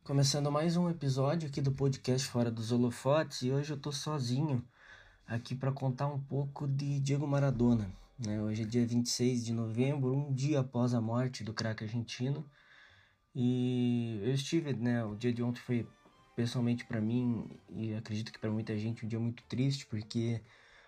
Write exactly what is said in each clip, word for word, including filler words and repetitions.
Começando mais um episódio aqui do podcast Fora dos Holofotes, e hoje eu tô sozinho aqui para contar um pouco de Diego Maradona, né? Hoje é dia vinte e seis de novembro, um dia após a morte do craque argentino, e eu estive, né, o dia de ontem foi pessoalmente para mim, e acredito que para muita gente, um dia muito triste, porque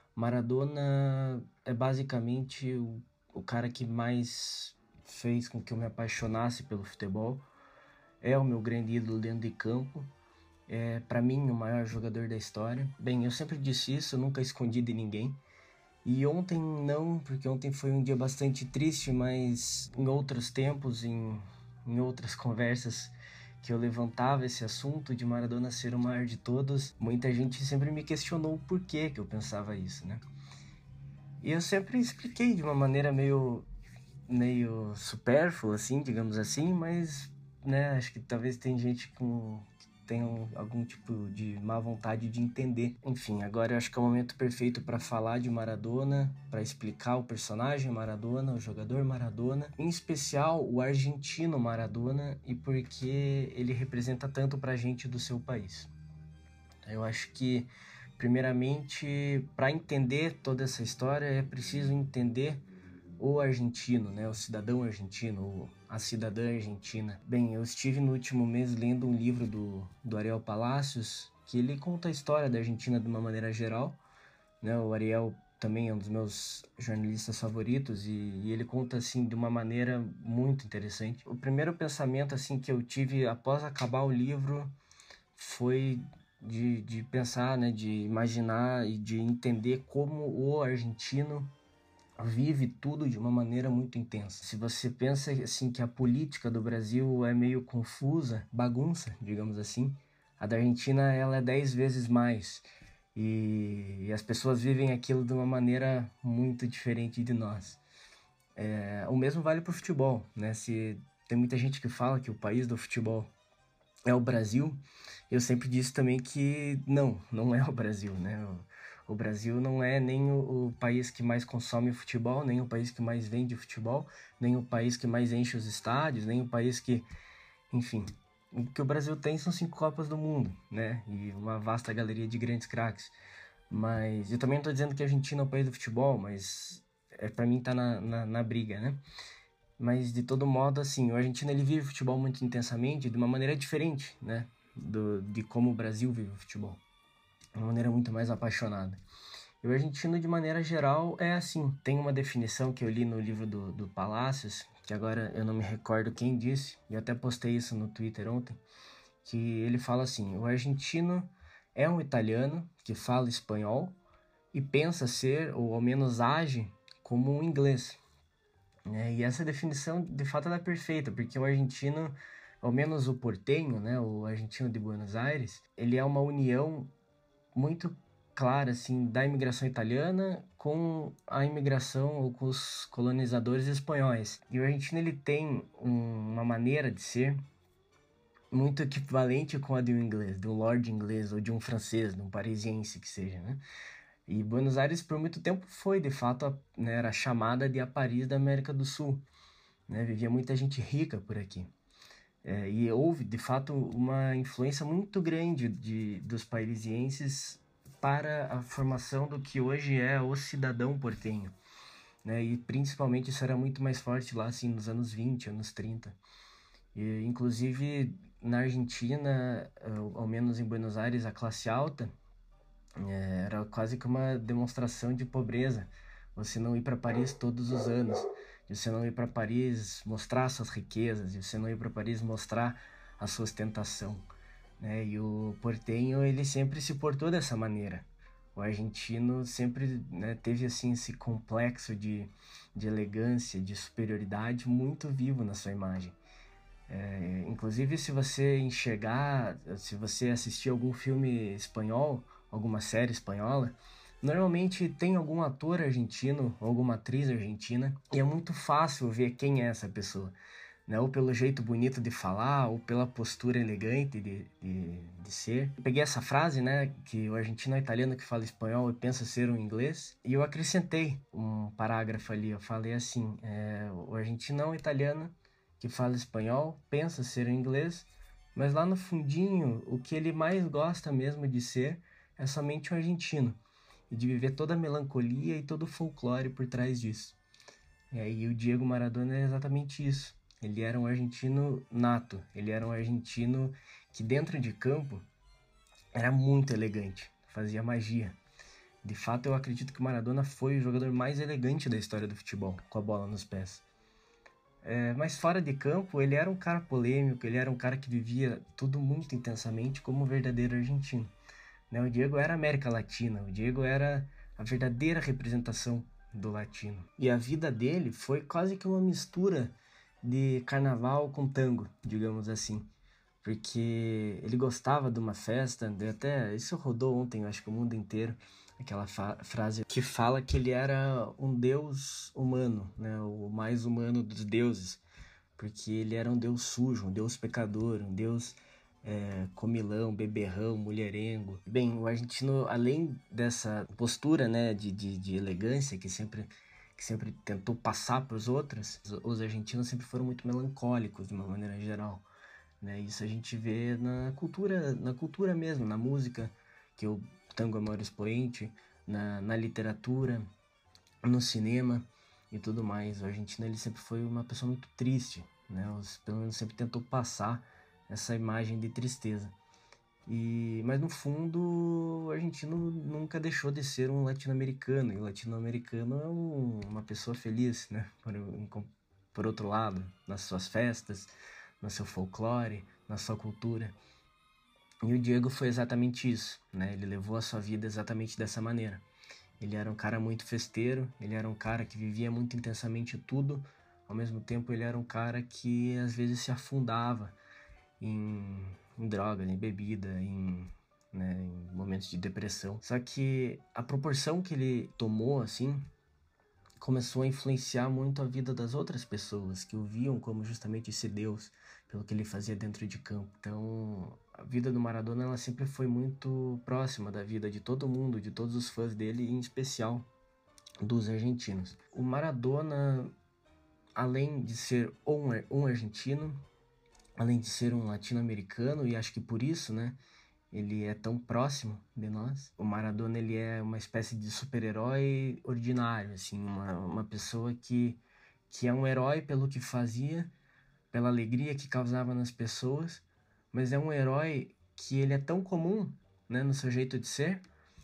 Maradona é basicamente o, o cara que mais fez com que eu me apaixonasse pelo futebol. É o meu grande ídolo dentro de campo. É, para mim, o maior jogador da história. Bem, eu sempre disse isso, eu nunca escondi de ninguém. E ontem não, porque ontem foi um dia bastante triste, mas em outros tempos, em, em outras conversas que eu levantava esse assunto de Maradona ser o maior de todos, muita gente sempre me questionou o porquê que eu pensava isso, né? E eu sempre expliquei de uma maneira meio, meio supérflua, assim, digamos assim, mas, né, acho que talvez tem gente com tenham algum tipo de má vontade de entender. Enfim, agora eu acho que é o momento perfeito para falar de Maradona, para explicar o personagem Maradona, o jogador Maradona, em especial o argentino Maradona, e porque ele representa tanto para a gente do seu país. Eu acho que, primeiramente, para entender toda essa história, é preciso entender o argentino, né, o cidadão argentino, a cidadã argentina. Bem, eu estive no último mês lendo um livro do, do Ariel Palacios, que ele conta a história da Argentina de uma maneira geral, né? O Ariel também é um dos meus jornalistas favoritos e, e ele conta assim de uma maneira muito interessante. O primeiro pensamento assim que eu tive após acabar o livro foi de, de pensar, né, de imaginar e de entender como o argentino vive tudo de uma maneira muito intensa. Se você pensa assim que a política do Brasil é meio confusa, bagunça, digamos assim, a da Argentina ela é dez vezes mais. E, e as pessoas vivem aquilo de uma maneira muito diferente de nós. É, o mesmo vale para o futebol, né? Se tem muita gente que fala que o país do futebol é o Brasil, eu sempre disse também que não, não é o Brasil, né? O, o Brasil não é nem o, o país que mais consome futebol, nem o país que mais vende futebol, nem o país que mais enche os estádios, nem o país que, enfim, o que o Brasil tem são cinco Copas do Mundo, né? E uma vasta galeria de grandes craques. Mas eu também não tô dizendo que a Argentina é o país do futebol, mas é, para mim tá na, na, na briga, né? Mas de todo modo, assim, o argentino ele vive o futebol muito intensamente, de uma maneira diferente, né? Do, de como o Brasil vive o futebol. De uma maneira muito mais apaixonada. E o argentino, de maneira geral, é assim. Tem uma definição que eu li no livro do, do Palácios, que agora eu não me recordo quem disse, e eu até postei isso no Twitter ontem, que ele fala assim: o argentino é um italiano que fala espanhol e pensa ser, ou ao menos age, como um inglês. É, e essa definição, de fato, ela é perfeita, porque o argentino, ao menos o portenho, né, o argentino de Buenos Aires, ele é uma união muito clara, assim, da imigração italiana com a imigração ou com os colonizadores espanhóis. E o argentino, ele tem um, uma maneira de ser muito equivalente com a de um inglês, de um lord inglês ou de um francês, de um parisiense que seja, né? E Buenos Aires por muito tempo foi, de fato, a, né, era chamada de a Paris da América do Sul, né? Vivia muita gente rica por aqui. É, e houve, de fato, uma influência muito grande de, dos parisienses para a formação do que hoje é o cidadão portenho, né? E principalmente isso era muito mais forte lá, assim, nos anos vinte, anos trinta. E, inclusive, na Argentina, ao menos em Buenos Aires, a classe alta, é, era quase que uma demonstração de pobreza. Você não ir para Paris todos os anos, de você não ir para Paris mostrar suas riquezas, de você não ir para Paris mostrar a sua ostentação, né? E o portenho, ele sempre se portou dessa maneira. O argentino sempre, né, teve assim esse complexo de, de elegância, de superioridade muito vivo na sua imagem. É, inclusive, se você enxergar, se você assistir algum filme espanhol, alguma série espanhola, normalmente tem algum ator argentino ou alguma atriz argentina e é muito fácil ver quem é essa pessoa, né? Ou pelo jeito bonito de falar, ou pela postura elegante de, de, de ser. Eu peguei essa frase, né, que o argentino é italiano que fala espanhol e pensa ser um inglês, e eu acrescentei um parágrafo ali. Eu falei assim: é, o argentino é um italiano que fala espanhol, pensa ser um inglês, Mas lá no fundinho, o que ele mais gosta mesmo de ser é somente um argentino, e de viver toda a melancolia e todo o folclore por trás disso. E aí o Diego Maradona é exatamente isso. Ele era um argentino nato, ele era um argentino que dentro de campo era muito elegante, fazia magia. De fato, eu acredito que o Maradona foi o jogador mais elegante da história do futebol, com a bola nos pés. É, mas fora de campo, ele era um cara polêmico, ele era um cara que vivia tudo muito intensamente como um verdadeiro argentino. Né? O Diego era América Latina, o Diego era a verdadeira representação do latino. E a vida dele foi quase que uma mistura de carnaval com tango, digamos assim. Porque ele gostava de uma festa, até isso rodou ontem, eu acho que o mundo inteiro, aquela frase que fala que ele era um deus humano, né? O mais humano dos deuses, porque ele era um deus sujo, um deus pecador, um deus é, comilão, beberrão, mulherengo. Bem, o argentino, além dessa postura, né, de, de, de elegância que sempre, que sempre tentou passar para os outros, os argentinos sempre foram muito melancólicos de uma maneira geral. Né? Isso a gente vê na cultura, na cultura mesmo, na música, que o tango é o maior expoente, na, na literatura, no cinema e tudo mais. O argentino ele sempre foi uma pessoa muito triste, né? Os, pelo menos sempre tentou passar essa imagem de tristeza. E, mas no fundo, o argentino nunca deixou de ser um latino-americano, e o latino-americano é um, uma pessoa feliz, né? Por, por outro lado, nas suas festas, no seu folclore, na sua cultura. E o Diego foi exatamente isso, né? Ele levou a sua vida exatamente dessa maneira. Ele era um cara muito festeiro, ele era um cara que vivia muito intensamente tudo, ao mesmo tempo ele era um cara que às vezes se afundava em, em droga, em bebida, em, né, em momentos de depressão. Só que a proporção que ele tomou, assim, começou a influenciar muito a vida das outras pessoas que o viam como justamente esse Deus, pelo que ele fazia dentro de campo. Então, a vida do Maradona ela sempre foi muito próxima da vida de todo mundo, de todos os fãs dele, em especial dos argentinos. O Maradona, além de ser um, um argentino, além de ser um latino-americano, e acho que por isso, né, ele é tão próximo de nós. O Maradona, ele é uma espécie de super-herói ordinário, assim, uma, uma pessoa que, que é um herói pelo que fazia, pela alegria que causava nas pessoas, mas é um herói que ele é tão comum, né, no seu jeito de ser,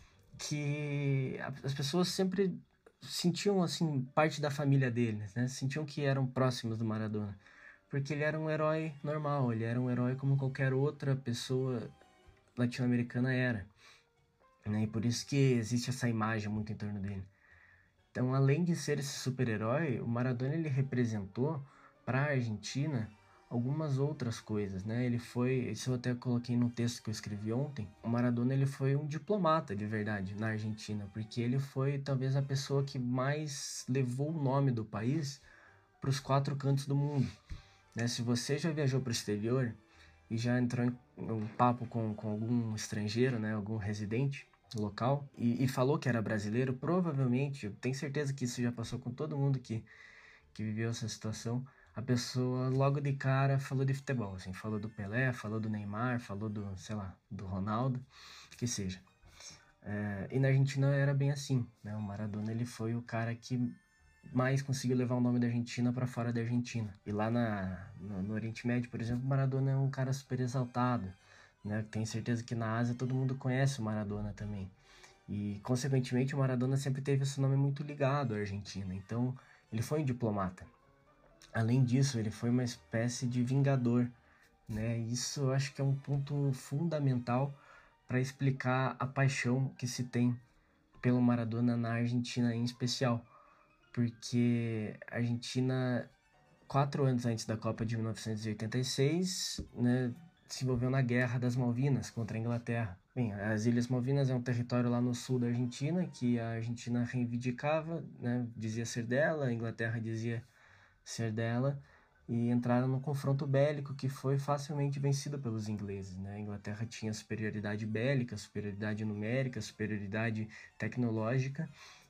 que as pessoas sempre sentiam, assim, parte da família deles, né, sentiam que eram próximos do Maradona, porque ele era um herói normal, ele era um herói como qualquer outra pessoa latino-americana era, né? E por isso que existe essa imagem muito em torno dele. Então, além de ser esse super-herói, o Maradona ele representou para a Argentina algumas outras coisas, né? Ele foi, isso eu até coloquei no texto que eu escrevi ontem, o Maradona ele foi um diplomata de verdade na Argentina, porque ele foi talvez a pessoa que mais levou o nome do país para os quatro cantos do mundo, né? Se você já viajou para o exterior e já entrou em um papo com, com algum estrangeiro, né, algum residente local, e, e falou que era brasileiro, provavelmente, eu tenho certeza que isso já passou com todo mundo que, que viveu essa situação, a pessoa logo de cara falou de futebol, assim, falou do Pelé, falou do Neymar, falou do, sei lá, do Ronaldo, que seja. É, e na Argentina era bem assim, né, o Maradona ele foi o cara que mais conseguiu levar o nome da Argentina para fora da Argentina. E lá na, no, no Oriente Médio, por exemplo, o Maradona é um cara super exaltado, né? Tenho certeza que na Ásia todo mundo conhece o Maradona também. E, consequentemente, o Maradona sempre teve esse nome muito ligado à Argentina. Então, ele foi um diplomata. Além disso, ele foi uma espécie de vingador, né? Isso eu acho que é um ponto fundamental para explicar a paixão que se tem pelo Maradona na Argentina em especial, porque a Argentina, quatro anos antes da Copa de mil novecentos e oitenta e seis, né, se envolveu na Guerra das Malvinas contra a Inglaterra. Bem, as Ilhas Malvinas é um território lá no sul da Argentina que a Argentina reivindicava, né, dizia ser dela, a Inglaterra dizia ser dela, e entraram num confronto bélico que foi facilmente vencido pelos ingleses, né? A Inglaterra tinha superioridade bélica, superioridade numérica, superioridade tecnológica,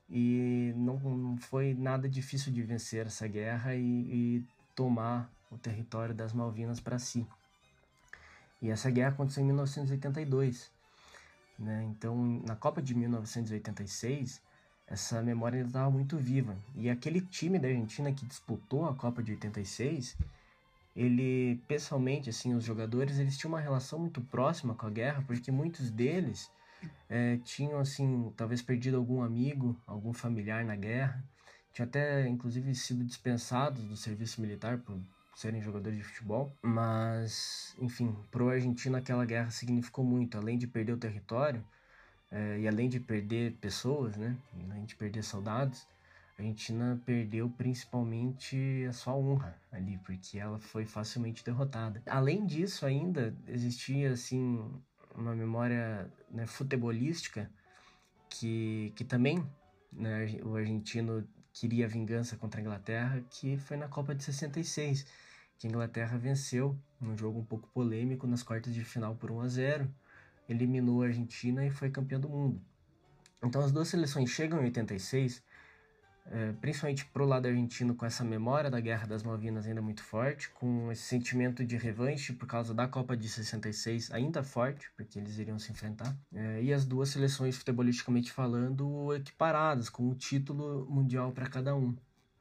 e não, não foi nada difícil de vencer essa guerra e, e tomar o território das Malvinas para si. E essa guerra aconteceu em mil novecentos e oitenta e dois, né? Então, na Copa de mil novecentos e oitenta e seis, essa memória ainda estava muito viva. E aquele time da Argentina que disputou a Copa de oitenta e seis, ele, pessoalmente, assim, os jogadores, eles tinham uma relação muito próxima com a guerra, porque muitos deles é, tinham, assim, talvez perdido algum amigo, algum familiar na guerra. Tinham até, inclusive, sido dispensados do serviço militar por serem jogadores de futebol. Mas, enfim, pro argentino aquela guerra significou muito. Além de perder o território, é, e além de perder pessoas, né? Além de perder soldados, a Argentina perdeu principalmente a sua honra ali, porque ela foi facilmente derrotada. Além disso, ainda existia, assim, uma memória, né, futebolística que, que também, né, o argentino queria vingança contra a Inglaterra, que foi na Copa de sessenta e seis, que a Inglaterra venceu num jogo um pouco polêmico nas quartas de final por um a zero, eliminou a Argentina e foi campeã do mundo. Então as duas seleções chegam em oitenta e seis, é, principalmente pro lado argentino, com essa memória da Guerra das Malvinas ainda muito forte, com esse sentimento de revanche por causa da Copa de sessenta e seis ainda forte, porque eles iriam se enfrentar, é, e as duas seleções, futebolisticamente falando, equiparadas, com um título mundial para cada um.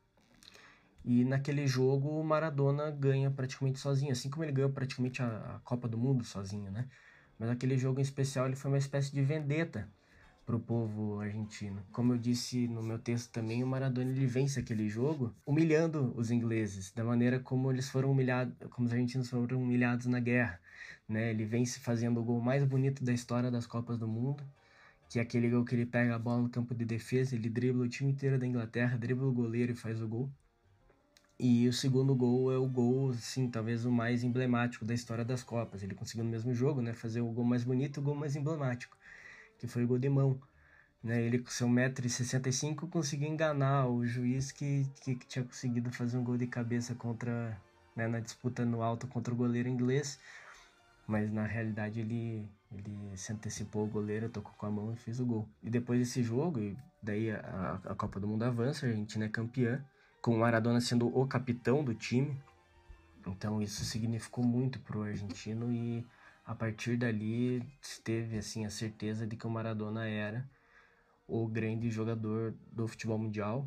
E naquele jogo o Maradona ganha praticamente sozinho, assim como ele ganhou praticamente a, a Copa do Mundo sozinho, né? Mas aquele jogo em especial ele foi uma espécie de vendetta para o povo argentino. Como eu disse no meu texto também, o Maradona ele vence aquele jogo humilhando os ingleses, da maneira como eles foram humilhados, como os argentinos foram humilhados na guerra, né? Ele vence fazendo o gol mais bonito da história das Copas do Mundo, que é aquele gol que ele pega a bola no campo de defesa, ele dribla o time inteiro da Inglaterra, dribla o goleiro e faz o gol. E o segundo gol é o gol, assim, talvez o mais emblemático da história das Copas. Ele conseguiu no mesmo jogo, né, fazer o gol mais bonito e o gol mais emblemático, que foi o gol de mão. Né? Ele, com seu um metro e sessenta e cinco, conseguiu enganar o juiz que, que, que tinha conseguido fazer um gol de cabeça contra, né, na disputa no alto contra o goleiro inglês. Mas na realidade ele, ele se antecipou ao goleiro, tocou com a mão e fez o gol. E depois desse jogo, e daí a, a Copa do Mundo avança, a Argentina é campeã, com o Maradona sendo o capitão do time. Então isso significou muito para o argentino e a partir dali teve assim, a certeza de que o Maradona era o grande jogador do futebol mundial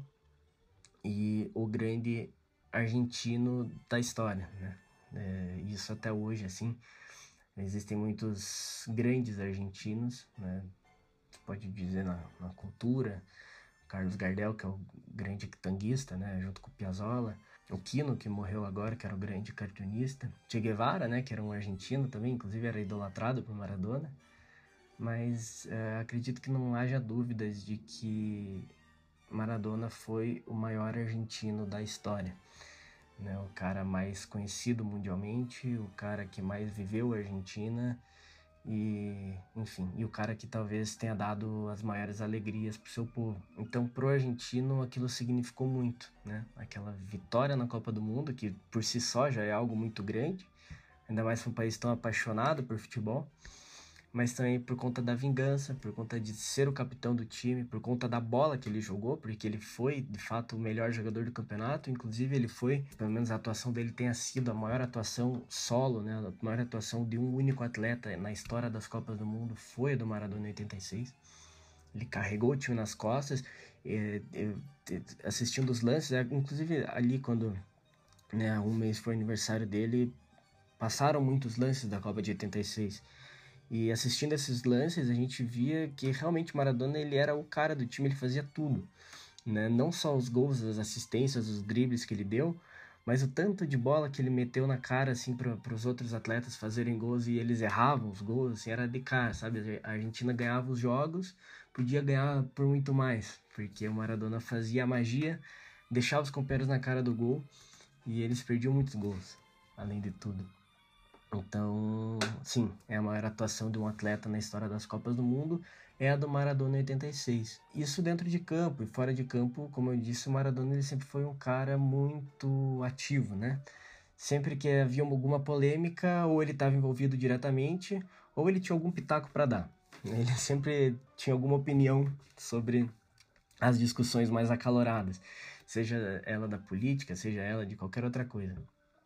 e o grande argentino da história, né? É, isso até hoje, assim, existem muitos grandes argentinos, né? Você pode dizer na, na cultura, Carlos Gardel, que é o grande tanguista, né, junto com o Piazzolla, o Quino, que morreu agora, que era o grande cartunista, Che Guevara, né, que era um argentino também, inclusive era idolatrado por Maradona, mas é, acredito que não haja dúvidas de que Maradona foi o maior argentino da história, né, o cara mais conhecido mundialmente, o cara que mais viveu a Argentina, e, enfim, e o cara que talvez tenha dado as maiores alegrias pro seu povo. Então, pro argentino, aquilo significou muito, né? Aquela vitória na Copa do Mundo, que por si só já é algo muito grande, ainda mais para um país tão apaixonado por futebol, mas também por conta da vingança, por conta de ser o capitão do time, por conta da bola que ele jogou, porque ele foi, de fato, o melhor jogador do campeonato, inclusive ele foi, pelo menos a atuação dele tenha sido a maior atuação solo, né, a maior atuação de um único atleta na história das Copas do Mundo foi a do Maradona em oitenta e seis. Ele carregou o time nas costas, é, é, assistindo os lances, é, inclusive ali quando, né, um mês foi o aniversário dele, passaram muitos lances da Copa de oitenta e seis, e assistindo esses lances, a gente via que realmente o Maradona ele era o cara do time, ele fazia tudo, né? Não só os gols, as assistências, os dribles que ele deu, mas o tanto de bola que ele meteu na cara, assim, para os outros atletas fazerem gols e eles erravam os gols, assim, era de cara, sabe? A Argentina ganhava os jogos, podia ganhar por muito mais, porque o Maradona fazia a magia, deixava os companheiros na cara do gol e eles perdiam muitos gols, além de tudo. Então, sim, é a maior atuação de um atleta na história das Copas do Mundo, é a do Maradona em oitenta e seis. Isso dentro de campo, e fora de campo, como eu disse, o Maradona ele sempre foi um cara muito ativo, né? Sempre que havia alguma polêmica, ou ele estava envolvido diretamente, ou ele tinha algum pitaco para dar. Ele sempre tinha alguma opinião sobre as discussões mais acaloradas, seja ela da política, seja ela de qualquer outra coisa.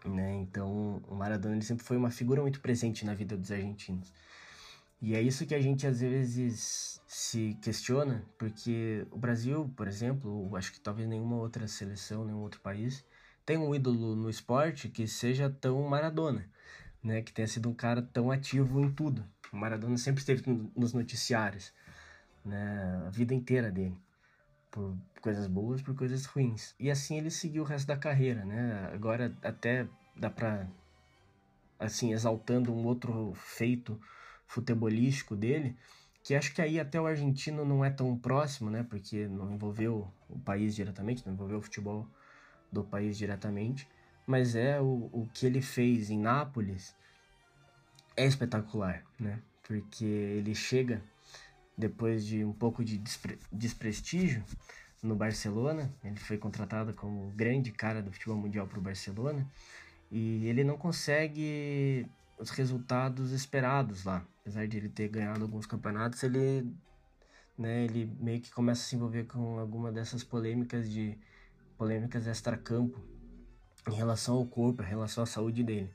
né? Então, o Maradona ele sempre foi uma figura muito presente na vida dos argentinos. E é isso que a gente às vezes se questiona, porque o Brasil, por exemplo, acho que talvez nenhuma outra seleção, nenhum outro país, tem um ídolo no esporte que seja tão Maradona, né? Que tenha sido um cara tão ativo em tudo. O Maradona sempre esteve nos noticiários, né? A vida inteira dele. Por coisas boas, por coisas ruins. E assim ele seguiu o resto da carreira, né? Agora até dá pra, assim, exaltando um outro feito futebolístico dele, que acho que aí até o argentino não é tão próximo, né? Porque não envolveu o país diretamente, não envolveu o futebol do país diretamente, mas é o, o que ele fez em Nápoles é espetacular, né? Porque ele chega depois de um pouco de despre- desprestígio no Barcelona, ele foi contratado como grande cara do futebol mundial para o Barcelona, e ele não consegue os resultados esperados lá. Apesar de ele ter ganhado alguns campeonatos, ele, né, ele meio que começa a se envolver com alguma dessas polêmicas de polêmicas extracampo em relação ao corpo, em relação à saúde dele.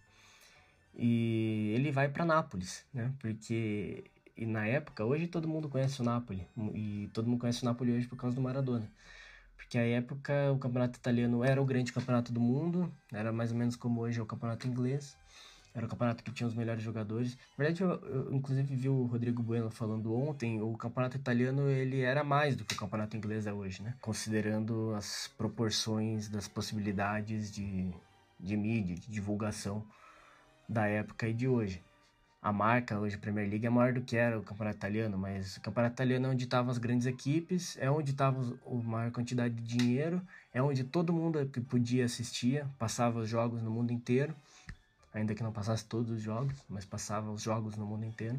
E ele vai para Nápoles, né? Porque e na época, hoje todo mundo conhece o Napoli, e todo mundo conhece o Napoli hoje por causa do Maradona. Porque a época o campeonato italiano era o grande campeonato do mundo, era mais ou menos como hoje é o campeonato inglês. Era o campeonato que tinha os melhores jogadores. Na verdade, eu, eu inclusive vi o Rodrigo Bueno falando ontem, o campeonato italiano ele era mais do que o campeonato inglês é hoje, né? Considerando as proporções das possibilidades de, de mídia, de divulgação da época e de hoje. A marca hoje, a Premier League, é maior do que era o campeonato italiano, mas o campeonato italiano é onde estavam as grandes equipes, é onde estava a maior quantidade de dinheiro, é onde todo mundo que podia assistia, passava os jogos no mundo inteiro, ainda que não passasse todos os jogos, mas passava os jogos no mundo inteiro,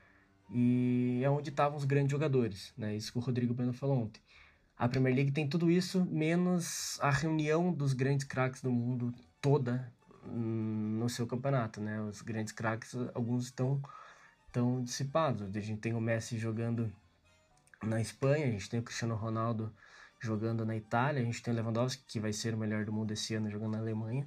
e é onde estavam os grandes jogadores, né? Isso que o Rodrigo Bueno falou ontem. A Premier League tem tudo isso, menos a reunião dos grandes craques do mundo toda no seu campeonato, né? Os grandes craques, alguns estão tão dissipados. A gente tem o Messi jogando na Espanha, a gente tem o Cristiano Ronaldo jogando na Itália, a gente tem o Lewandowski, que vai ser o melhor do mundo esse ano, jogando na Alemanha.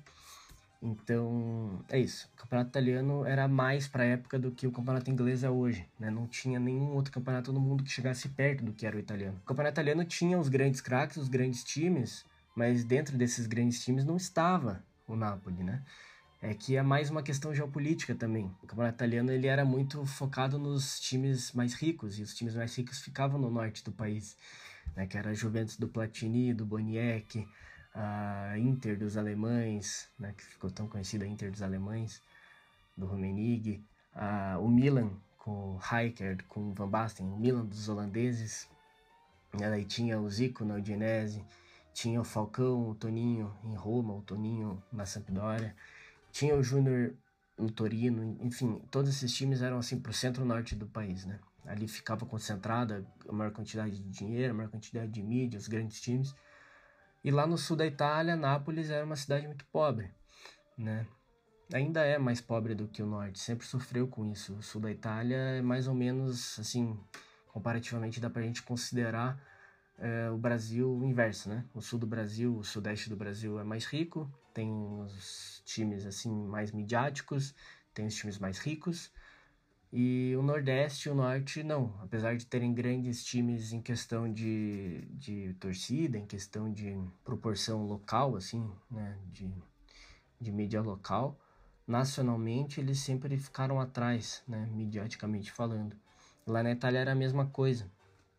Então, é isso. O campeonato italiano era mais para a época do que o campeonato inglês é hoje, né? Não tinha nenhum outro campeonato no mundo que chegasse perto do que era o italiano. O campeonato italiano tinha os grandes craques, os grandes times, mas dentro desses grandes times não estava o Napoli, né? É que é mais uma questão geopolítica também. O campeonato italiano ele era muito focado nos times mais ricos, e os times mais ricos ficavam no norte do país, né? Que era a Juventus do Platini, do Boniek, a Inter dos alemães, né, que ficou tão conhecida, a Inter dos alemães, do Rummenigge, a, o Milan com o Rijkaard, com o Van Basten, o Milan dos holandeses, e aí tinha o Zico na Udinese, tinha o Falcão, o Toninho em Roma, o Toninho na Sampdoria, tinha o Júnior no Torino, enfim, todos esses times eram assim pro centro-norte do país, né? Ali ficava concentrada a maior quantidade de dinheiro, a maior quantidade de mídia, os grandes times. E lá no sul da Itália, Nápoles era uma cidade muito pobre, né? Ainda é mais pobre do que o norte, sempre sofreu com isso. O sul da Itália é mais ou menos, assim, comparativamente dá pra gente considerar é, o Brasil o inverso, né? O sul do Brasil, o sudeste do Brasil é mais rico, tem os times, assim, mais midiáticos, tem os times mais ricos, e o Nordeste e o Norte não, apesar de terem grandes times em questão de, de torcida, em questão de proporção local, assim, né, de, de mídia local, nacionalmente eles sempre ficaram atrás, né, midiaticamente falando. Lá na Itália era a mesma coisa,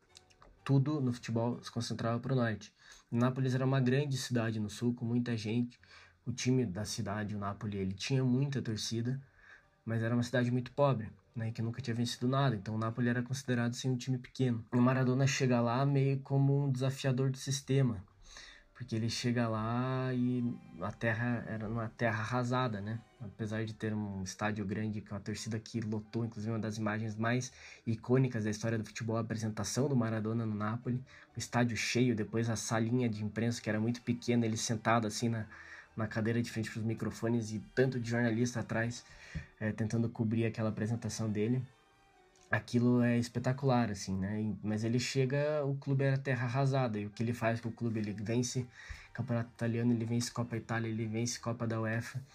tudo no futebol se concentrava para o Norte. Nápoles era uma grande cidade no Sul, com muita gente, o time da cidade, o Napoli, ele tinha muita torcida, mas era uma cidade muito pobre, né, que nunca tinha vencido nada, então o Napoli era considerado assim, um time pequeno. O Maradona chega lá meio como um desafiador do sistema, porque ele chega lá e a terra era uma terra arrasada, né? Apesar de ter um estádio grande com a torcida que lotou, inclusive uma das imagens mais icônicas da história do futebol, a apresentação do Maradona no Napoli, o estádio cheio, depois a salinha de imprensa que era muito pequena, ele sentado assim na na cadeira de frente para os microfones e tanto de jornalista atrás, é, tentando cobrir aquela apresentação dele. Aquilo é espetacular, assim, né? Mas ele chega, o clube era terra arrasada, e o que ele faz com o clube? Ele vence Campeonato Italiano, ele vence Copa Itália, ele vence Copa da UEFA,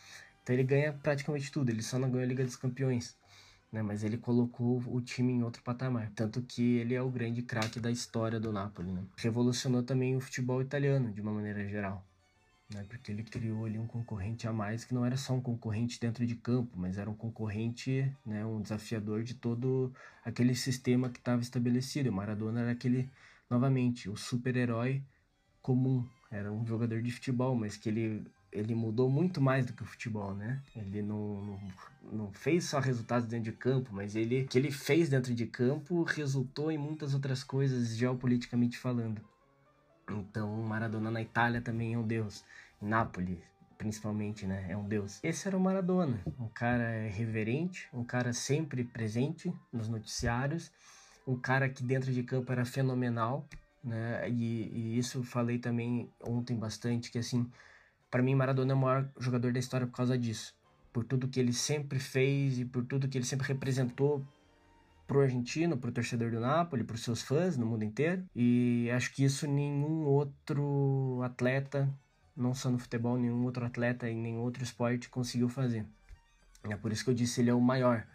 Então ele ganha praticamente tudo, ele só não ganhou a Liga dos Campeões, né? Mas ele colocou o time em outro patamar. Tanto que ele é o grande craque da história do Napoli, né? Revolucionou também o futebol italiano, de uma maneira geral, né? Porque ele criou ali um concorrente a mais, que não era só um concorrente dentro de campo, mas era um concorrente, né? Um desafiador de todo aquele sistema que estava estabelecido. O Maradona era aquele, novamente, o super-herói comum. Era um jogador de futebol, mas que ele, ele mudou muito mais do que o futebol, né? Ele não, não, não fez só resultados dentro de campo, mas ele, o que ele fez dentro de campo resultou em muitas outras coisas, geopoliticamente falando. Então, Maradona na Itália também é um deus. Em Nápoles, principalmente, né? É um deus. Esse era o Maradona. Um cara reverente, um cara sempre presente nos noticiários, um cara que dentro de campo era fenomenal, né? E, e isso eu falei também ontem bastante, que assim, para mim Maradona é o maior jogador da história por causa disso. Por tudo que ele sempre fez e por tudo que ele sempre representou pro argentino, pro torcedor do Napoli, pros seus fãs no mundo inteiro. E acho que isso nenhum outro atleta, não só no futebol, nenhum outro atleta em nenhum outro esporte conseguiu fazer. É por isso que eu disse, ele é o maior.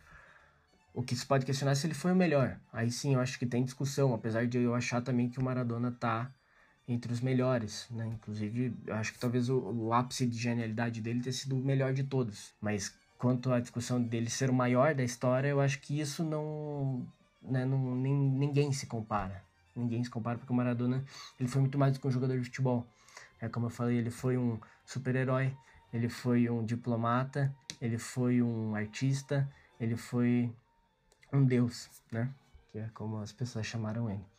O que se pode questionar é se ele foi o melhor. Aí sim, eu acho que tem discussão, apesar de eu achar também que o Maradona tá entre os melhores, né? Inclusive, eu acho que talvez o, o ápice de genialidade dele tenha sido o melhor de todos. Mas quanto à discussão dele ser o maior da história, eu acho que isso não, né, não nem, ninguém se compara. Ninguém se compara porque o Maradona, ele foi muito mais do que um jogador de futebol. É como eu falei, ele foi um super-herói, ele foi um diplomata, ele foi um artista, ele foi um deus, né? Que é como as pessoas chamaram ele.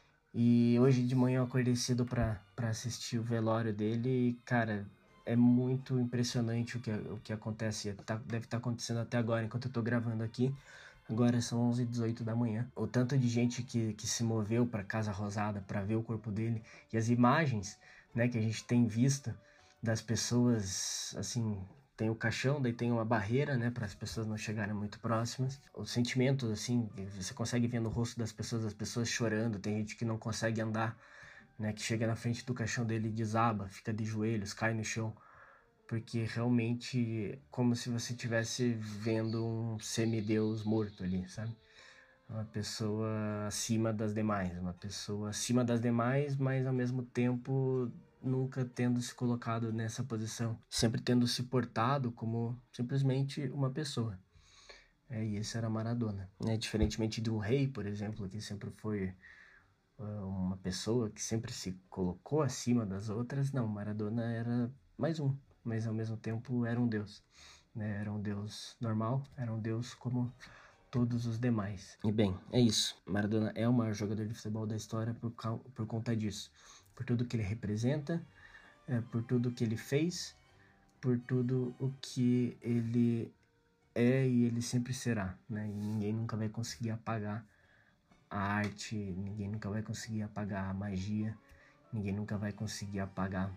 E hoje de manhã eu acordei cedo pra, pra assistir o velório dele e, cara, é muito impressionante o que, o que acontece. Tá, deve estar tá acontecendo até agora, enquanto eu tô gravando aqui. Agora são onze e dezoito da manhã. O tanto de gente que, que se moveu pra Casa Rosada pra ver o corpo dele. E as imagens, né, que a gente tem visto das pessoas, assim... Tem o caixão, daí tem uma barreira, né, para as pessoas não chegarem muito próximas. Os sentimentos, assim, você consegue ver no rosto das pessoas, as pessoas chorando. Tem gente que não consegue andar, né, que chega na frente do caixão dele e desaba, fica de joelhos, cai no chão. Porque realmente, como se você estivesse vendo um semideus morto ali, sabe? Uma pessoa acima das demais, uma pessoa acima das demais, mas ao mesmo tempo nunca tendo se colocado nessa posição, sempre tendo se portado como simplesmente uma pessoa. É, e esse era Maradona. É, diferentemente de um rei, por exemplo, que sempre foi uh, uma pessoa que sempre se colocou acima das outras, não, Maradona era mais um, mas ao mesmo tempo era um deus. Né? Era um deus normal, era um deus como todos os demais. E bem, é isso. Maradona é o maior jogador de futebol da história por, por conta disso. Por tudo que ele representa, é, por tudo que ele fez, por tudo o que ele é e ele sempre será, né? E ninguém nunca vai conseguir apagar a arte, ninguém nunca vai conseguir apagar a magia, ninguém nunca vai conseguir apagar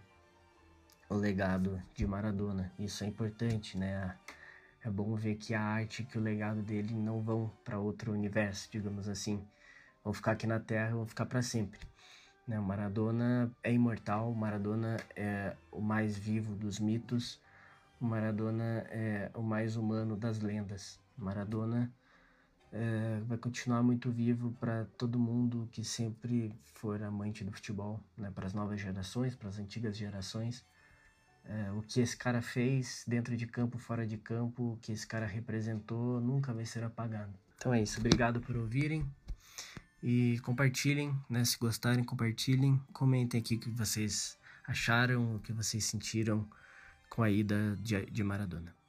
o legado de Maradona. Isso é importante, né? É bom ver que a arte, que o legado dele não vão para outro universo, digamos assim. Vão ficar aqui na Terra, vão ficar para sempre. Né? O Maradona é imortal, o Maradona é o mais vivo dos mitos, o Maradona é o mais humano das lendas. O Maradona é, vai continuar muito vivo para todo mundo que sempre for amante do futebol, né? Para as novas gerações, para as antigas gerações. É, o que esse cara fez dentro de campo, fora de campo, o que esse cara representou, nunca vai ser apagado. Então é isso, obrigado por ouvirem e compartilhem, né? Se gostarem, compartilhem, comentem aqui o que vocês acharam, o que vocês sentiram com a ida de, de Maradona.